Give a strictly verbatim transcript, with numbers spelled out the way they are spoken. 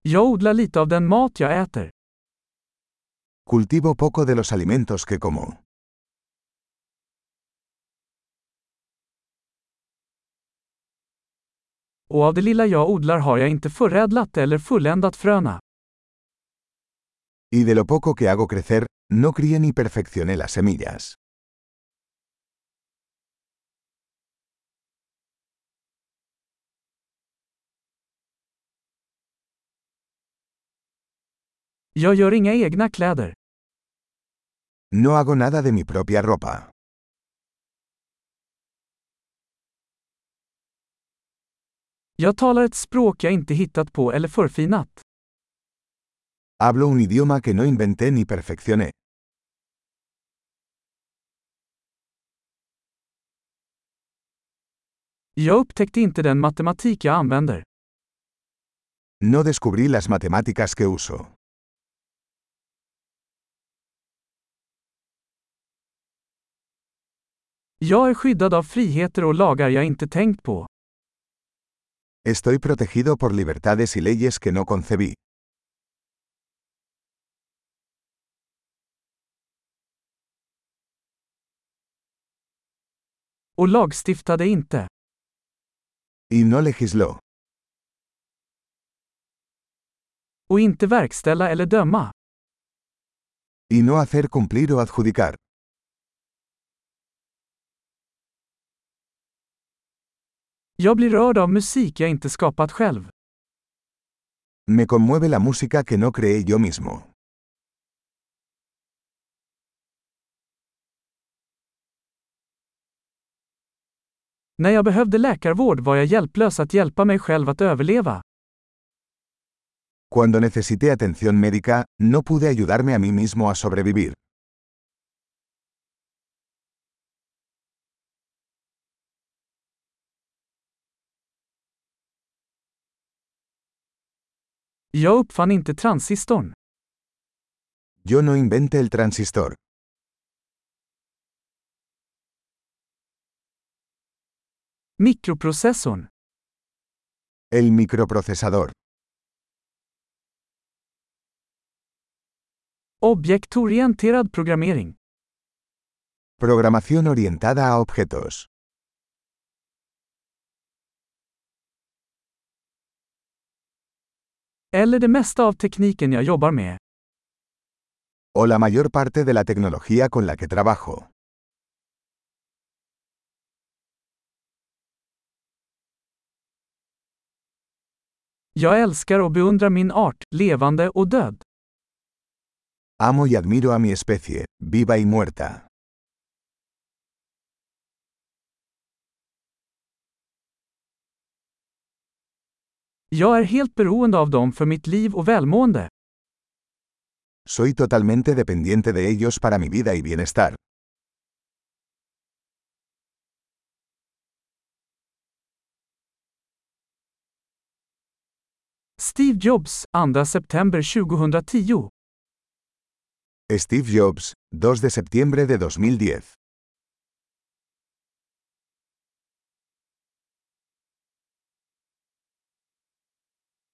Jag odlar lite av den mat jag äter. Cultivo poco de los alimentos que como. Och av det lilla jag odlar har jag inte förädlat eller fulländat fröna. Y de lo poco que hago crecer, no crié ni perfeccioné las semillas. Jag gör inga egna kläder. No hago nada de mi propia ropa. Jag talar ett språk jag inte hittat på eller förfinat. Hablo un idioma que no inventé ni perfeccioné. Jag upptäckte inte den matematik jag använder. No descubrí las matemáticas que uso. Jag är skyddad av friheter och lagar jag inte tänkt på. Estoy protegido por libertades y leyes que no concebí. Och lagstiftade inte. Y no legisló. Och inte verkställa eller döma. Y no hacer cumplir o adjudicar. Jag blir rörd av musik jag inte skapat själv. Me conmueve la música que no creé yo mismo. När jag behövde läkarvård var jag hjälplös att hjälpa mig själv att överleva. Cuando necesité atención médica, no pude ayudarme a mí mismo a sobrevivir. Jag uppfann inte transistorn. Yo no inventé el transistor. Mikroprocessorn. El microprocesador. Objektorienterad programmering. Programación orientada a objetos. Eller det mesta av tekniken jag jobbar med. O la mayor parte de la tecnología con la que trabajo. Jag älskar och beundrar min art, levande och död. Amo y admiro a mi especie, viva y muerta. Jag är helt beroende av dem för mitt liv och välmående. Soy totalmente dependiente de ellos para mi vida y bienestar. Steve Jobs, andra september tjugohundratio. Steve Jobs, dos de septiembre de dos mil diez.